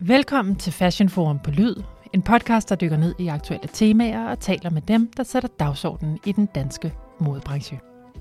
Velkommen til Fashion Forum på Lyd, en podcast, der dykker ned i aktuelle temaer og taler med dem, der sætter dagsordenen i den danske modebranche.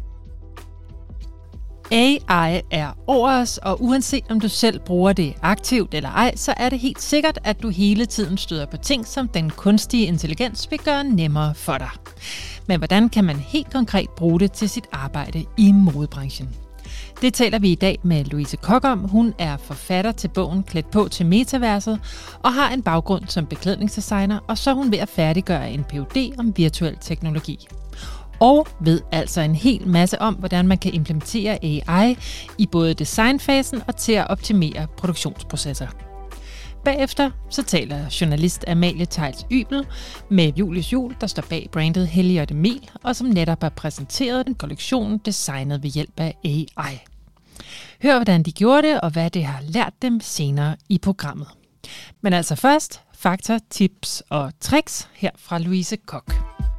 AI er over os, og uanset om du selv bruger det aktivt eller ej, så er det helt sikkert, at du hele tiden støder på ting, som den kunstige intelligens vil gøre nemmere for dig. Men hvordan kan man helt konkret bruge det til sit arbejde i modebranchen? Det taler vi i dag med Louise Koch om. Hun er forfatter til bogen Klædt på til metaverset og har en baggrund som beklædningsdesigner, og så er hun ved at færdiggøre en Ph.D. om virtuel teknologi. Og ved altså en hel masse om, hvordan man kan implementere AI i både designfasen og til at optimere produktionsprocesser. Bagefter så taler journalist Amalie Theils Ybel med Julius Juul, der står bag brandet Helligåt Emil, og som netop har præsenteret en kollektion designet ved hjælp af AI. Hør, hvordan de gjorde det, og hvad det har lært dem senere i programmet. Men altså først, fakta, tips og tricks her fra Louise Koch.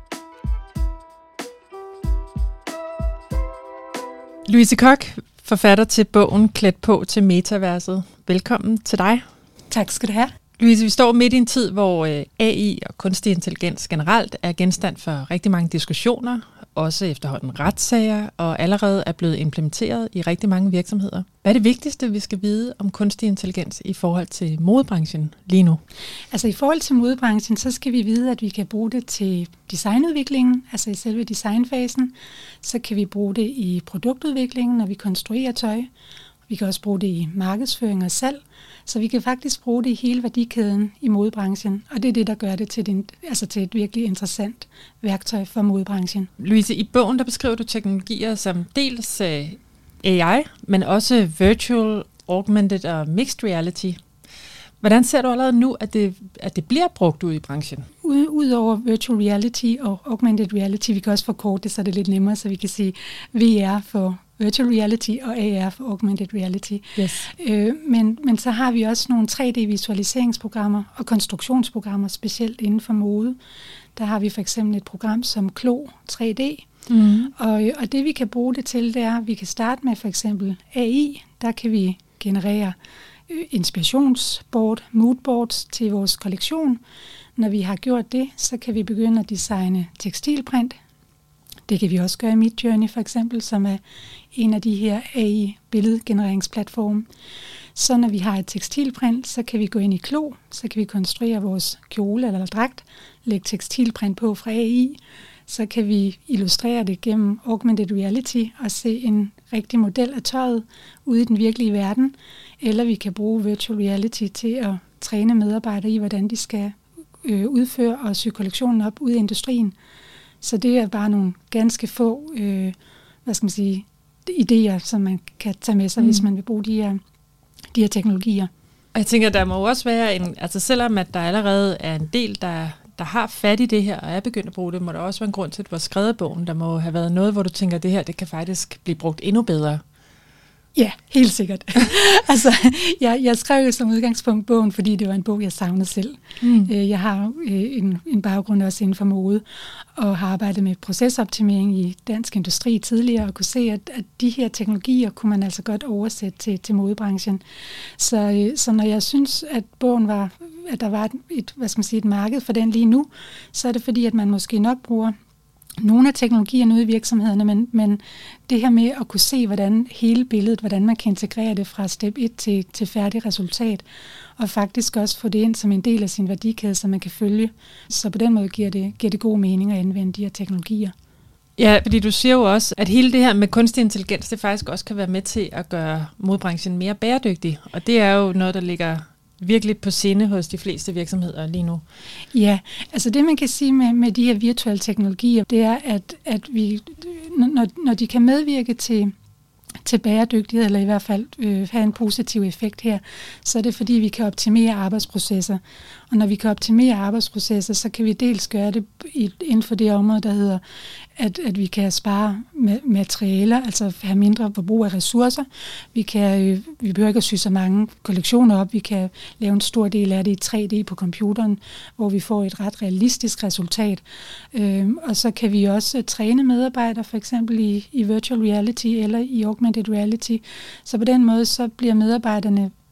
Louise Koch, forfatter til bogen Klædt på til metaverset. Velkommen til dig. Tak skal du have. Louise, vi står midt i en tid, hvor AI og kunstig intelligens generelt er genstand for rigtig mange diskussioner, også efterhånden retssager, og allerede er blevet implementeret i rigtig mange virksomheder. Hvad er det vigtigste, vi skal vide om kunstig intelligens i forhold til modebranchen lige nu? Altså i forhold til modebranchen, så skal vi vide, at vi kan bruge det til designudviklingen, altså i selve designfasen. Så kan vi bruge det i produktudviklingen, når vi konstruerer tøj. Vi kan også bruge det i markedsføring og salg. Så vi kan faktisk bruge det i hele værdikæden i modebranchen, og det er det, der gør det til et virkelig interessant værktøj for modebranchen. Louise, i bogen der beskriver du teknologier som dels AI, men også virtual, augmented og mixed reality. Hvordan ser du allerede nu, at det bliver brugt ud i branchen? Udover virtual reality og augmented reality, vi kan også forkorte det, så det er lidt nemmere, så vi kan sige VR for virtual reality og AR for augmented reality. Yes. Men så har vi også nogle 3D-visualiseringsprogrammer og konstruktionsprogrammer, specielt inden for mode. Der har vi for eksempel et program som Klo 3D, og det vi kan bruge det til, det er, at vi kan starte med for eksempel AI. Der kan vi generere inspirationsboard, moodboards til vores kollektion. Når vi har gjort det, så kan vi begynde at designe tekstilprint. Det kan vi også gøre i Midjourney for eksempel, som er en af de her AI-billedgenereringsplatforme. Så når vi har et tekstilprint, så kan vi gå ind i Klo, så kan vi konstruere vores kjole eller dragt, lægge tekstilprint på fra AI, så kan vi illustrere det gennem augmented reality og se en rigtig model af tøjet ude i den virkelige verden, eller vi kan bruge virtual reality til at træne medarbejdere i, hvordan de skal udføre og sy kollektionen op ude i industrien. Så det er bare nogle ganske få idéer, som man kan tage med sig, hvis man vil bruge de her teknologier. Og jeg tænker, der må jo også være selvom at der allerede er en del, der har fat i det her og er begyndt at bruge det, må der også være en grund til, at du har skrevet bogen. Der må have været noget, hvor du tænker, at det her det kan faktisk blive brugt endnu bedre. Ja, helt sikkert. Altså, jeg skrev jo som udgangspunkt bogen, fordi det var en bog, jeg savnede selv. Jeg har en baggrund også inden for mode, og har arbejdet med procesoptimering i dansk industri tidligere, og kunne se, at de her teknologier kunne man altså godt oversætte til modebranchen. Så når jeg synes, at bogen at der var et marked for den lige nu, så er det fordi, at man måske nok bruger nogle af teknologierne ude i virksomhederne, men det her med at kunne se, hvordan hele billedet, hvordan man kan integrere det fra step 1 til færdig resultat, og faktisk også få det ind som en del af sin værdikæde, så man kan følge. Så på den måde giver det god mening at anvende de her teknologier. Ja, fordi du siger jo også, at hele det her med kunstig intelligens, det faktisk også kan være med til at gøre modebranchen mere bæredygtig, og det er jo noget, der ligger virkelig på sinde hos de fleste virksomheder lige nu. Ja, altså det man kan sige med de her virtuelle teknologier, det er, at vi, når de kan medvirke til bæredygtighed, eller i hvert fald have en positiv effekt her, så er det fordi, vi kan optimere arbejdsprocesser. Og når vi kan optimere arbejdsprocesser, så kan vi dels gøre det inden for det område, der hedder, at vi kan spare materialer, altså have mindre forbrug af ressourcer. Vi behøver ikke at sy så mange kollektioner op. Vi kan lave en stor del af det i 3D på computeren, hvor vi får et ret realistisk resultat. Og så kan vi også træne medarbejdere, for eksempel i virtual reality eller i augmented reality. Så på den måde, så bliver medarbejderne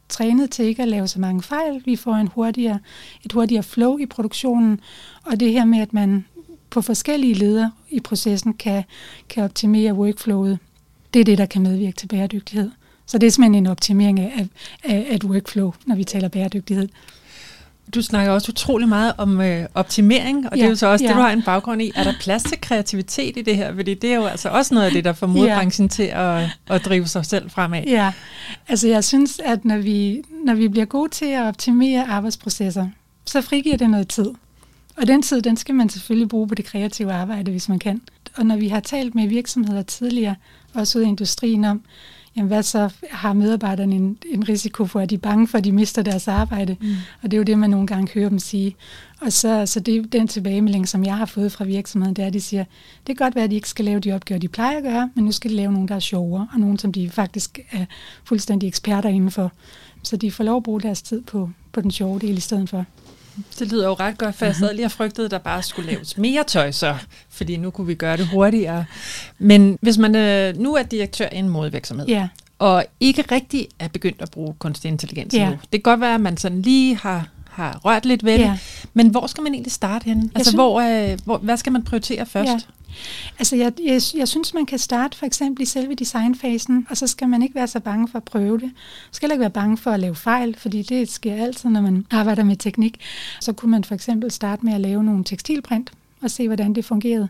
trænet til ikke at lave så mange fejl. Vi får et hurtigere flow i produktionen, og det her med, at man på forskellige leder i processen kan optimere workflowet, det er det, der kan medvirke til bæredygtighed. Så det er simpelthen en optimering af et workflow, når vi taler bæredygtighed. Du snakker også utrolig meget om optimering, og det er jo så også det, du har en baggrund i. Er der plads til kreativitet i det her? Fordi det er jo altså også noget af det, der får modebranchen til at drive sig selv fremad. Ja, altså jeg synes, at når vi bliver gode til at optimere arbejdsprocesser, så frigiver det noget tid. Og den tid, den skal man selvfølgelig bruge på det kreative arbejde, hvis man kan. Og når vi har talt med virksomheder tidligere, også ude i industrien om, jamen hvad så har medarbejderne en risiko for, at de er bange for, at de mister deres arbejde. Og det er jo det, man nogle gange hører dem sige. Og så det er den tilbagemelding, som jeg har fået fra virksomheden, det er, at de siger, det kan godt være, at de ikke skal lave de opgaver, de plejer at gøre, men nu skal de lave nogle, der er sjovere, og nogle, som de faktisk er fuldstændig eksperter indenfor. Så de får lov at bruge deres tid på den sjove del i stedet for. Det lyder jo ret godt, for jeg sad lige og frygtede, at der bare skulle laves mere tøj, så, fordi nu kunne vi gøre det hurtigere. Men hvis man nu er direktør i en modevirksomhed, og ikke rigtig er begyndt at bruge kunstig intelligens nu, det kan godt være, at man sådan lige har rørt lidt ved det, men hvor skal man egentlig starte henne? Altså, hvad skal man prioritere først? Ja. Altså, jeg synes, man kan starte for eksempel i selve designfasen, og så skal man ikke være så bange for at prøve det. Man skal heller ikke være bange for at lave fejl, fordi det sker altid, når man arbejder med teknik. Så kunne man for eksempel starte med at lave nogle tekstilprint, og se, hvordan det fungerede.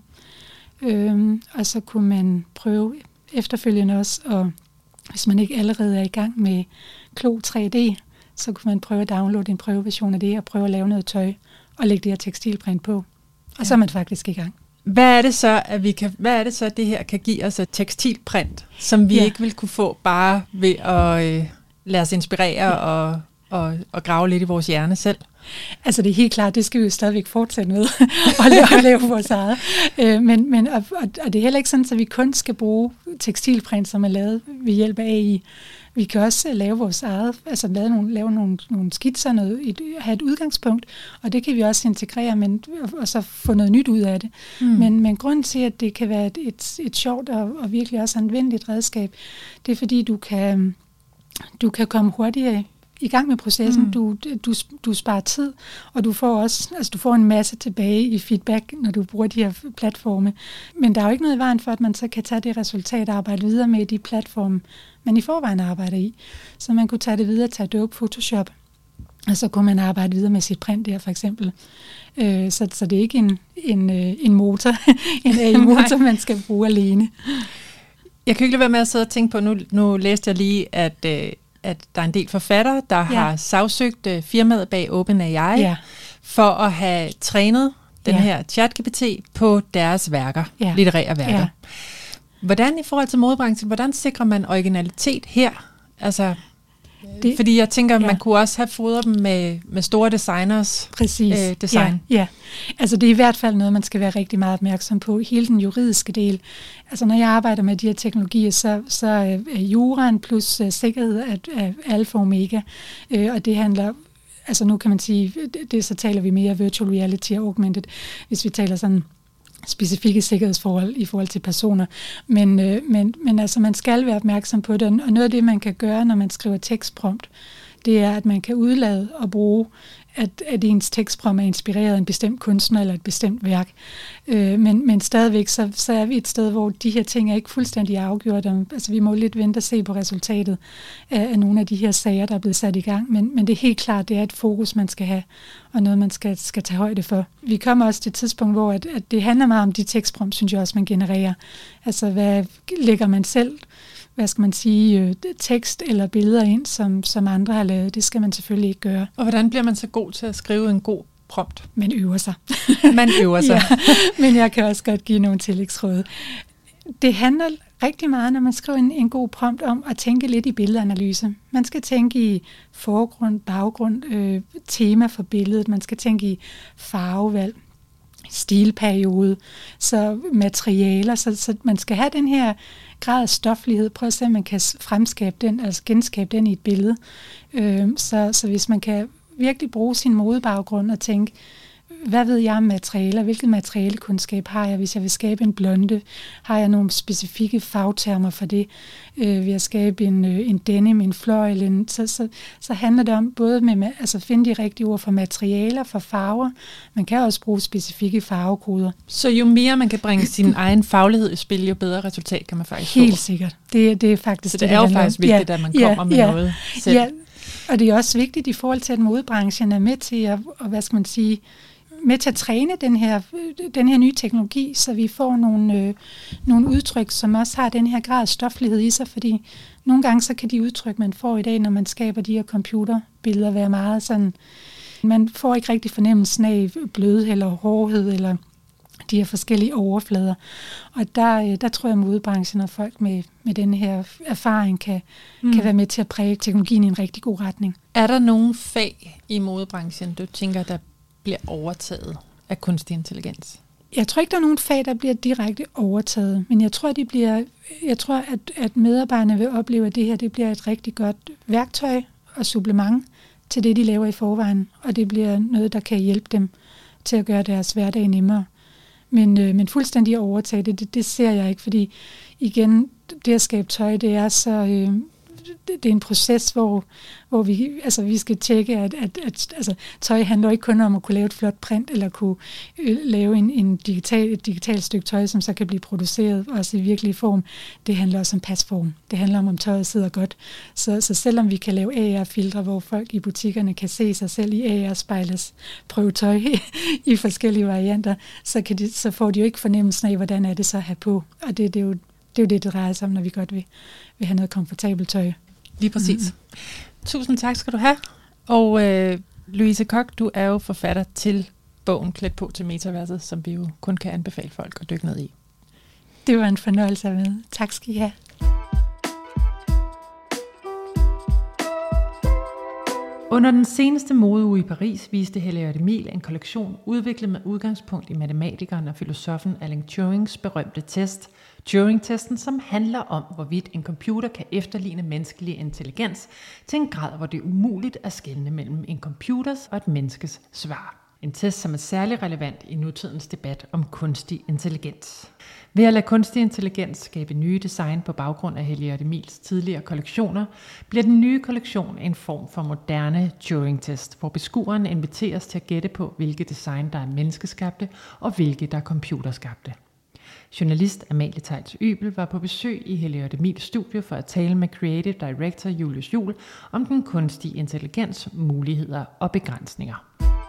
Og så kunne man prøve efterfølgende også, og hvis man ikke allerede er i gang med Klo 3D, så kunne man prøve at downloade en prøveversion af det, og prøve at lave noget tøj, og lægge det her tekstilprint på. Og så er man faktisk i gang. Hvad er det så, at det her kan give os et tekstilprint, som vi ikke vil kunne få bare ved at lade os inspirere og grave lidt i vores hjerne selv? Altså det er helt klart, det skal vi jo stadigvæk fortsætte med at lave vores eget. Men det er heller ikke sådan, at vi kun skal bruge tekstilprint, som er lavet ved hjælp af AI. Vi kan også lave vores eget, altså lave nogle skitser, have et udgangspunkt, og det kan vi også integrere, og så få noget nyt ud af det. Men grunden til, at det kan være et sjovt og virkelig også anvendeligt redskab, det er fordi, du kan komme hurtigere i gang med processen. Du sparer tid, og du får en masse tilbage i feedback, når du bruger de her platforme. Men der er jo ikke noget i vejen for, at man så kan tage det resultat og arbejde videre med de platforme, man i forvejen arbejder i. Så man kunne tage det videre til Adobe Photoshop, og så kunne man arbejde videre med sit print der, for eksempel. Så det er ikke en motor, en AI-motor, man skal bruge alene. Jeg kan ikke lade være med at sidde og tænke på, nu læste jeg lige, at der er en del forfattere, der har sagsøgt firmaet bag OpenAI for at have trænet den her ChatGPT på deres værker, litterære værker. Ja. Hvordan i forhold til modebranchen, hvordan sikrer man originalitet her? Altså, fordi jeg tænker, man kunne også have fodret dem med store designers design. Ja. Altså det er i hvert fald noget, man skal være rigtig meget opmærksom på. Hele den juridiske del. Altså når jeg arbejder med de her teknologier, så er juraen plus sikkerhed af alfa og omega. Og det handler, altså nu kan man sige, så taler vi mere virtual reality og augmented, hvis vi taler sådan specifikke sikkerhedsforhold i forhold til personer. Men altså, man skal være opmærksom på det, og noget af det, man kan gøre, når man skriver tekstprompt, det er, at man kan udlade og bruge, at ens tekstprompt er inspireret af en bestemt kunstner eller et bestemt værk. Men stadigvæk, så er vi et sted, hvor de her ting er ikke fuldstændig afgjort. Altså, vi må lidt vente og se på resultatet af nogle af de her sager, der er blevet sat i gang. Men det er helt klart, det er et fokus, man skal have, og noget, man skal tage højde for. Vi kommer også til et tidspunkt, hvor at det handler meget om de tekstprompt, synes jeg også, man genererer. Altså, hvad lægger man selv, hvad skal man sige, tekst eller billeder ind, som andre har lavet. Det skal man selvfølgelig ikke gøre. Og hvordan bliver man så god til at skrive en god prompt? Man øver sig. Man øver sig. Ja, men jeg kan også godt give nogle tillægsråd. Det handler rigtig meget, når man skriver en god prompt, om at tænke lidt i billedanalyse. Man skal tænke i forgrund, baggrund, tema for billedet. Man skal tænke i farvevalg, stilperiode, så materialer. Så man skal have den her grad af stoflighed. Prøv at se, om man kan fremskabe den, altså genskabe den i et billede. Så hvis man kan virkelig bruge sin modebaggrund og tænke, hvad ved jeg om materialer? Hvilket materialekundskab har jeg, hvis jeg vil skabe en blonde? Har jeg nogle specifikke fagtermer for det? Vil jeg skabe en denim, en fløjl? Så handler det om både med at finde de rigtige ord for materialer, for farver. Man kan også bruge specifikke farvekoder. Så jo mere man kan bringe sin egen faglighed i spil, jo bedre resultat kan man faktisk få. Helt sikkert. Det er faktisk så det er jo faktisk vigtigt, at man kommer med noget selv. Ja. Og det er også vigtigt i forhold til, at modebranchen er med til at med til at træne den her nye teknologi, så vi får nogle udtryk, som også har den her grad af stoflighed i sig, fordi nogle gange så kan de udtryk, man får i dag, når man skaber de her computerbilleder, være meget sådan, man får ikke rigtig fornemmelsen af blødhed eller hårdhed, eller de her forskellige overflader. Og der tror jeg, at modebranchen og folk med den her erfaring kan være med til at præge teknologien i en rigtig god retning. Er der nogle fag i modebranchen, du tænker, der bliver overtaget af kunstig intelligens? Jeg tror ikke, der er nogen fag, der bliver direkte overtaget, men jeg tror, at medarbejderne vil opleve, at det her det bliver et rigtig godt værktøj og supplement til det, de laver i forvejen, og det bliver noget, der kan hjælpe dem til at gøre deres hverdag nemmere. Men fuldstændig at overtage det ser jeg ikke, fordi igen, det at skabe tøj, det er så... det er en proces, hvor vi skal tjekke, at tøj handler ikke kun om at kunne lave et flot print, eller kunne lave et digitalt stykke tøj, som så kan blive produceret også i virkelig form. Det handler også om pasform. Det handler om tøjet sidder godt. Så selvom vi kan lave AR-filtre, hvor folk i butikkerne kan se sig selv i AR-spejles prøve tøj i forskellige varianter, så får de jo ikke fornemmelsen af, hvordan er det så at have på. Og det er jo det drejer sig om, når vi godt vil have noget komfortabelt tøj. Lige præcis. Tusind tak skal du have. Og Louise Koch, du er jo forfatter til bogen Klædt på til metaverset, som vi jo kun kan anbefale folk at dykke ned i. Det var en fornøjelse at være med. Tak skal I have. Under den seneste modeuge i Paris viste Helle Emil en kollektion udviklet med udgangspunkt i matematikeren og filosofen Alan Turings berømte test, Turing-testen, som handler om, hvorvidt en computer kan efterligne menneskelig intelligens til en grad, hvor det er umuligt at skelne mellem en computers og et menneskes svar. En test, som er særlig relevant i nutidens debat om kunstig intelligens. Ved at lade kunstig intelligens skabe nye design på baggrund af Helle Emils tidligere kollektioner, bliver den nye kollektion en form for moderne Turing-test, hvor beskueren inviteres til at gætte på, hvilke design der er menneskeskabte og hvilke der er computerskabte. Journalist Amalie Theils Ybel var på besøg i Helle Emils studie for at tale med Creative Director Julius Juul om den kunstige intelligens, muligheder og begrænsninger.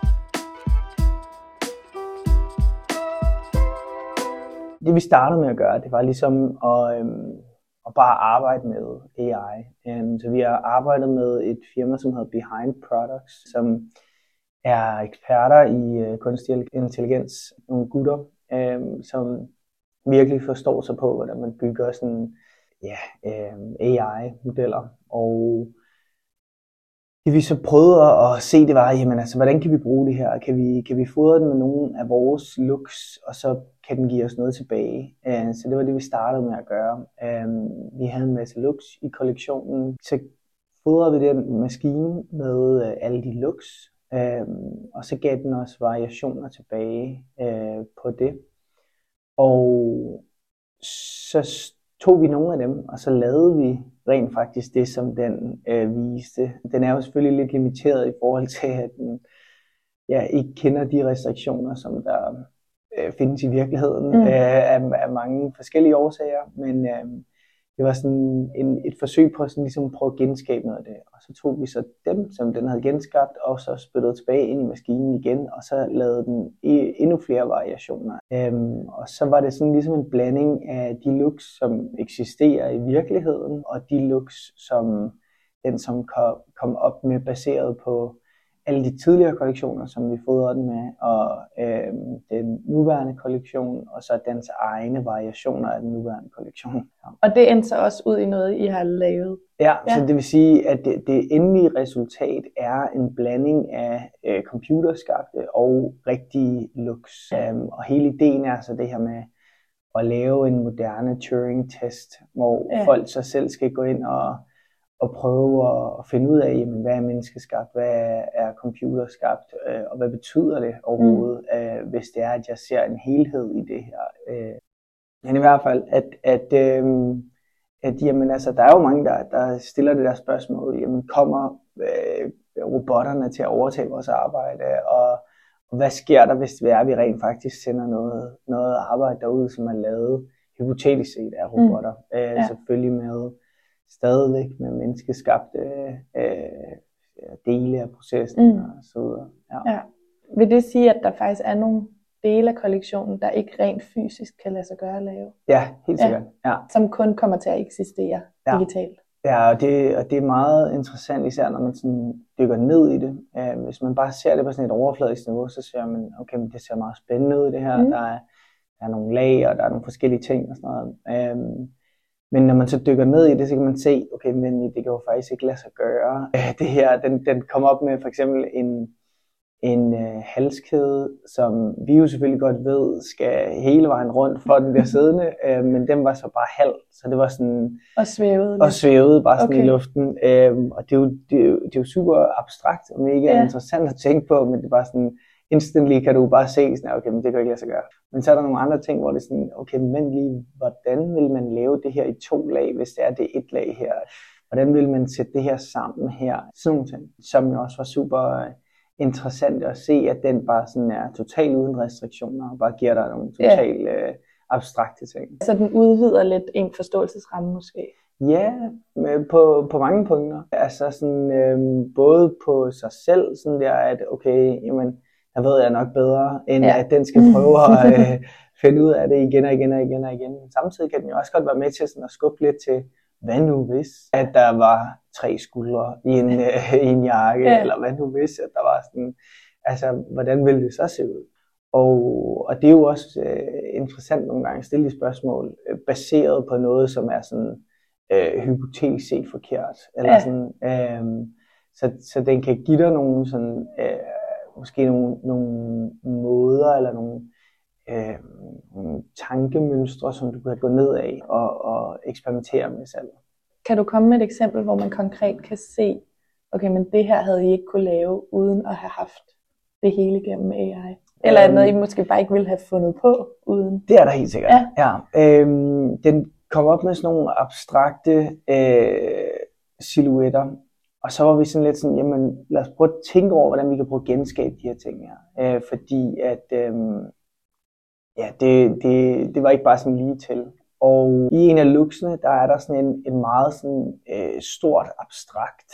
Det vi startede med at gøre, det var ligesom at bare arbejde med AI. Så vi har arbejdet med et firma, som hedder Behind Products, som er eksperter i kunstig intelligens. Nogle gutter, som virkelig forstår sig på, hvordan man bygger sådan, AI-modeller. Og det vi så prøvede at se, det var, jamen altså, hvordan kan vi bruge det her? Kan vi fodre den med nogle af vores looks, og så kan den give os noget tilbage? Så det var det, vi startede med at gøre. Vi havde en masse looks i kollektionen. Så fodrede vi den maskine med alle de looks, og så gav den os variationer tilbage på det. Og så tog vi nogle af dem, og så lavede vi rent faktisk det, som den viste. Den er jo selvfølgelig lidt limiteret i forhold til, at den ikke kender de restriktioner, som der findes i virkeligheden af mange forskellige årsager. Men det var sådan et forsøg på sådan ligesom at prøve at genskabe noget af det. Og så tog vi så dem, som den havde genskabt, og så spyttede tilbage ind i maskinen igen, og så lavede den endnu flere variationer. Og så var det sådan ligesom en blanding af de looks, som eksisterer i virkeligheden, og de looks, som kom op med baseret på alle de tidligere kollektioner, som vi fodrede den med, og den nuværende kollektion, og så dens egne variationer af den nuværende kollektion. Ja. Og det endte så også ud i noget, I har lavet? Ja, så det vil sige, at det endelige resultat er en blanding af computerskabte og rigtige looks. Og hele ideen er så det her med at lave en moderne Turing-test, hvor folk så selv skal gå ind at prøve at finde ud af, jamen, hvad er menneskeskabt, hvad er computerskabt, og hvad betyder det overhovedet, hvis det er, at jeg ser en helhed i det her. Men i hvert fald, at jamen, altså, der er jo mange, der stiller det der spørgsmål, jamen, kommer robotterne til at overtage vores arbejde, og hvad sker der, hvis vi rent faktisk sender noget arbejde derude, som er lavet hypotetisk set af robotter, selvfølgelig med stadigvæk med menneskeskabte dele af processen og så videre. Ja. Vil det sige, at der faktisk er nogle dele af kollektionen, der ikke rent fysisk kan lade sig gøre at lave? Ja, helt sikkert. Ja. Som kun kommer til at eksistere digitalt? Ja, og det er meget interessant, især når man sådan dykker ned i det. Hvis man bare ser det på sådan et overfladisk niveau, så ser man, okay, men det ser meget spændende ud det her. Der er nogle lag, og der er nogle forskellige ting og sådan noget. Men når man så dykker ned i det, så kan man se, okay, men det kan jo faktisk ikke lade sig gøre. Det her, den kommer op med for eksempel en halskæde, som vi jo selvfølgelig godt ved, skal hele vejen rundt for den bliver siddende, men den var så bare halv, så det var sådan... Og svævede bare sådan i luften. Og det er jo super abstrakt og mega interessant at tænke på, men det er bare sådan... Instantly kan du bare se, sådan, okay, men det kan ikke lade sig gøre. Men så er der nogle andre ting, hvor det er sådan, okay, men lige, hvordan vil man lave det her i 2 lag, hvis det er et lag her? Hvordan vil man sætte det her sammen her? Sådan nogle ting, som jo også var super interessant at se, at den bare sådan er totalt uden restriktioner, og bare giver dig nogle totalt abstrakte ting. Så den udvider lidt en forståelsesramme måske? Ja, på mange punkter. Altså sådan, både på sig selv, sådan der, at okay, jamen, der ved jeg nok bedre, end at den skal prøve at finde ud af det igen og igen og igen og igen. Samtidig kan den jo også godt være med til sådan at skubbe lidt til, hvad nu hvis, at der var 3 skuldre i en jakke, eller hvad nu hvis, at der var sådan, altså, hvordan ville det så se ud? Og det er jo også interessant nogle gange at stille de spørgsmål, baseret på noget, som er sådan hypotetisk set forkert. Eller sådan, så den kan give dig nogle sådan... måske nogle måder eller nogle tankemønstre, som du kan gå ned af og eksperimentere med selv. Kan du komme med et eksempel, hvor man konkret kan se, okay, men det her havde I ikke kunne lave, uden at have haft det hele gennem AI? Eller er det noget, I måske bare ikke ville have fundet på uden? Det er der helt sikkert, ja. Den kom op med sådan nogle abstrakte silhuetter, og så var vi sådan lidt sådan, jamen lad os prøve at tænke over, hvordan vi kan prøve at genskabe de her ting her. Fordi at, det var ikke bare sådan lige til. Og i en af looksene, der er der sådan en meget sådan stort, abstrakt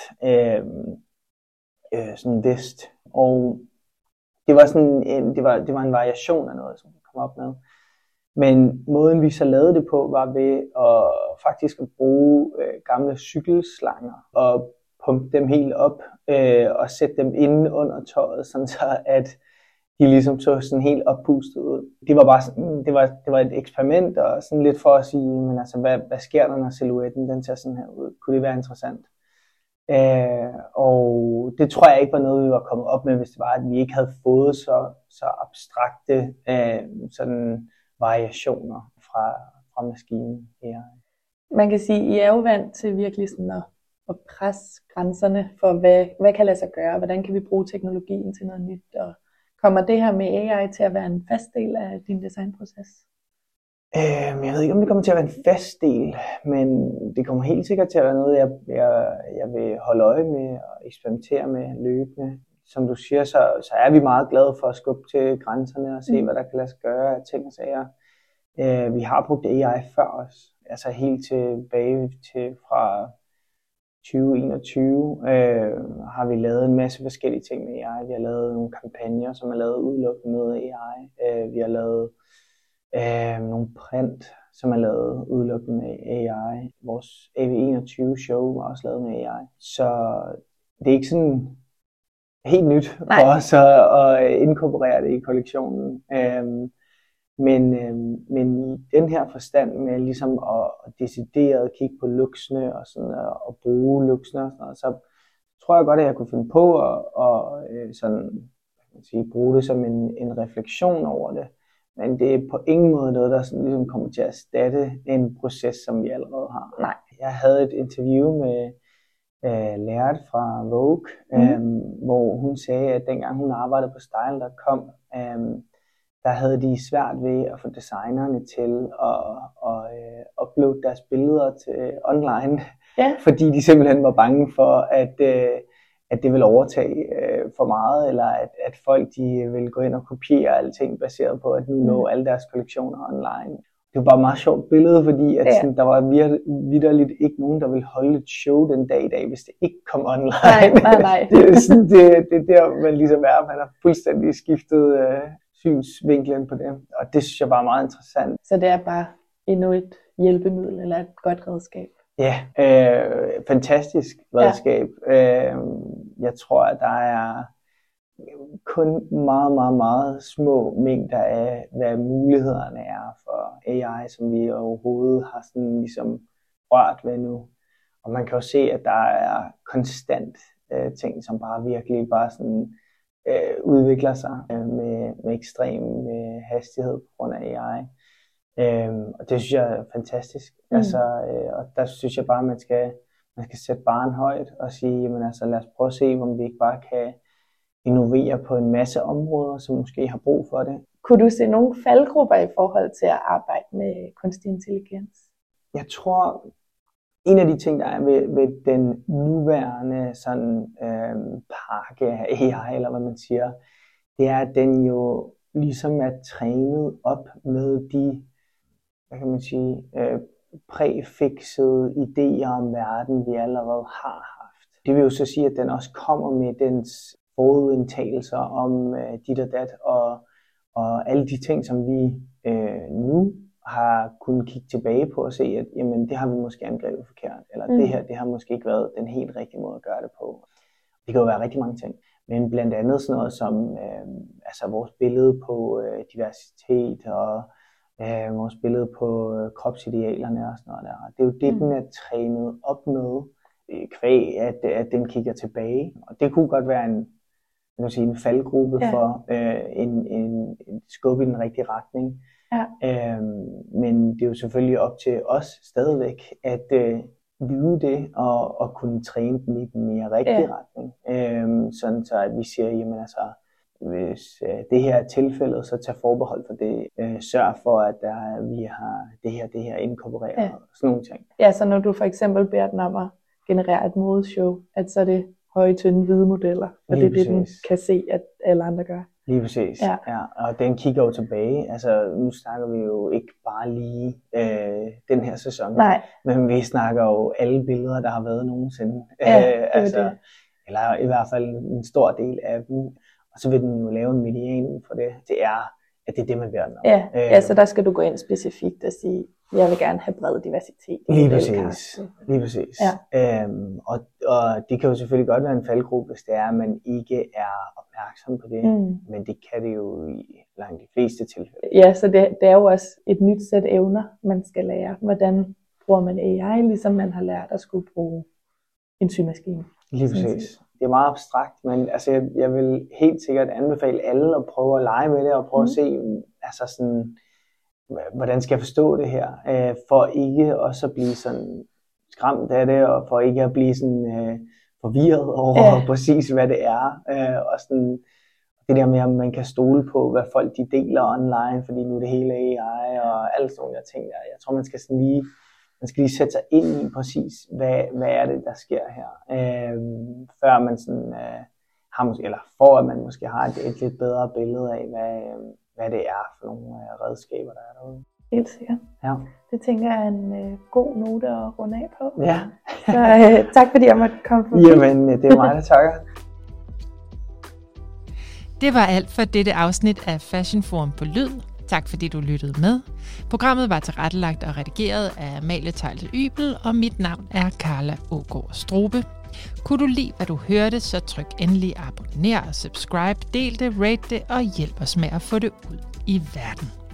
sådan vest. Og det var sådan det var en variation af noget, som vi kom op med. Men måden vi så lavede det på, var ved at faktisk at bruge gamle cykelslanger og pumpe dem helt op og sætte dem inde under tøjet, sådan så at de ligesom så sådan helt oppustet ud. Det var bare sådan, det var et eksperiment, og sådan lidt for at sige, men altså, hvad sker der, når silhuetten den ser sådan her ud? Kunne det være interessant? Og det tror jeg ikke var noget, vi var kommet op med, hvis det var, at vi ikke havde fået så abstrakte sådan variationer fra maskinen her. Man kan sige, at I er jo vant til virkelig sådan at presse grænserne for, hvad kan lade sig gøre, hvordan kan vi bruge teknologien til noget nyt, og kommer det her med AI til at være en fast del af din designproces? Jeg ved ikke, om det kommer til at være en fast del, men det kommer helt sikkert til at være noget, jeg vil holde øje med og eksperimentere med løbende. Som du siger, så er vi meget glade for at skubbe til grænserne og se, hvad der kan lade sig gøre af ting og sager. Vi har brugt AI før os, altså helt tilbage til fra 2021 har vi lavet en masse forskellige ting med AI. Vi har lavet nogle kampagner, som er lavet udelukkende med AI. Vi har lavet nogle print, som er lavet udelukkende med AI. Vores AV21 show var også lavet med AI. Så det er ikke sådan helt nyt for os at inkorporere det i kollektionen. Men i den her forstand med ligesom at decideret kigge på looksene og sådan og bruge looksene og sådan noget, så tror jeg godt, at jeg kunne finde på at sådan, bruge det som en refleksion over det. Men det er på ingen måde noget, der sådan ligesom kommer til at erstatte en proces, som vi allerede har. Nej. Jeg havde et interview med lærte fra Vogue, hvor hun sagde, at dengang hun arbejdede på Style.com, der havde de svært ved at få designerne til at uploade deres billeder til online, fordi de simpelthen var bange for, at det ville overtage for meget, eller at folk de ville gå ind og kopiere alting baseret på, at nu lå alle deres kollektioner online. Det var bare et meget sjovt billede, fordi at sådan, der var vitterligt ikke nogen, der ville holde et show den dag i dag, hvis det ikke kom online. Nej. Det er der, man ligesom er. Man har fuldstændig skiftet synsvinklen på det, og det synes jeg bare er meget interessant. Så det er bare endnu et hjælpemiddel, eller et godt redskab? Ja, fantastisk redskab. Jeg tror, at der er kun meget, meget, meget små mængder af, hvad mulighederne er for AI, som vi overhovedet har sådan ligesom rørt ved nu. Og man kan jo se, at der er konstant ting, som bare virkelig bare sådan udvikler sig med ekstrem hastighed på grund af AI. Og det synes jeg er fantastisk. Og der synes jeg bare, at man skal sætte barren højt og sige, jamen altså lad os prøve at se, om vi ikke bare kan innovere på en masse områder, som måske har brug for det. Kunne du se nogle faldgrupper i forhold til at arbejde med kunstig intelligens? Jeg tror, en af de ting, der er ved den nuværende sådan, pakke af AI, eller hvad man siger, det er, at den jo ligesom er trænet op med de, hvad kan man sige, præfixede idéer om verden, vi allerede har haft. Det vil jo så sige, at den også kommer med dens forudindtagelser om dit og dat, og alle de ting, som vi nu har kunnet kigge tilbage på og se, at jamen, det har vi måske angrebet forkert, eller det her, det har måske ikke været den helt rigtige måde at gøre det på. Det kan jo være rigtig mange ting, men blandt andet sådan noget som altså vores billede på diversitet og vores billede på kropsidealerne og sådan noget der. Det er jo det, den er trænet op med, kvæg, at den kigger tilbage, og det kunne godt være en faldgruppe for en skub i den rigtige retning. Ja. Men det er jo selvfølgelig op til os stadigvæk at vide det og kunne træne den i den mere rigtige retning. Sådan så at vi siger, jamen altså, hvis det her er tilfældet, så tag forbehold for det. Sørg for, at vi har det her inkorporeret og sådan nogle ting. Ja, så når du for eksempel beder den om at generere et modeshow, at så er det høje, tynde, hvide modeller, og det er det, den kan se, at alle andre gør. Lige præcis, ja. Og den kigger jo tilbage. Altså, nu snakker vi jo ikke bare lige den her sæson, men vi snakker jo alle billeder, der har været nogensinde. Eller i hvert fald en stor del af dem. Og så vil den jo lave en median for det. Det er, at det er det, man beder den om. Ja, så der skal du gå ind specifikt og sige, jeg vil gerne have bred diversitet. Lige præcis. Ja. Og det kan jo selvfølgelig godt være en faldgruppe, hvis det er, at man ikke er opmærksom på det. Men det kan det jo i langt de fleste tilfælde. Ja, så det er jo også et nyt sæt evner, man skal lære. Hvordan bruger man AI, ligesom man har lært at skulle bruge en symaskine. Lige præcis. Det er meget abstrakt, men altså, jeg vil helt sikkert anbefale alle at prøve at lege med det, og prøve at se, altså sådan, hvordan skal jeg forstå det her, for ikke også at blive sådan skræmt af det, og for ikke at blive sådan forvirret over præcis, hvad det er. Og sådan, det der med, at man kan stole på, hvad folk de deler online, fordi nu er det hele AI, og alle sådan nogle ting der. Jeg tror, man skal lige sætte sig ind i præcis, hvad er det, der sker her, før man sådan, har måske, eller for at man måske har et lidt bedre billede af, hvad det er for nogle redskaber, der er derude. Helt sikkert. Ja. Det tænker jeg er en god note at runde af på. Ja. Så tak fordi jeg måtte komme forbi. Jamen, det er mig, der takker. Det var alt for dette afsnit af Fashion Forum på Lyd. Tak fordi du lyttede med. Programmet var tilrettelagt og redigeret af Amalie Tejlte Ybel, og mit navn er Carla Aagaard Strube. Kunne du lide, hvad du hørte, så tryk endelig abonner og subscribe, del det, rate det og hjælp os med at få det ud i verden.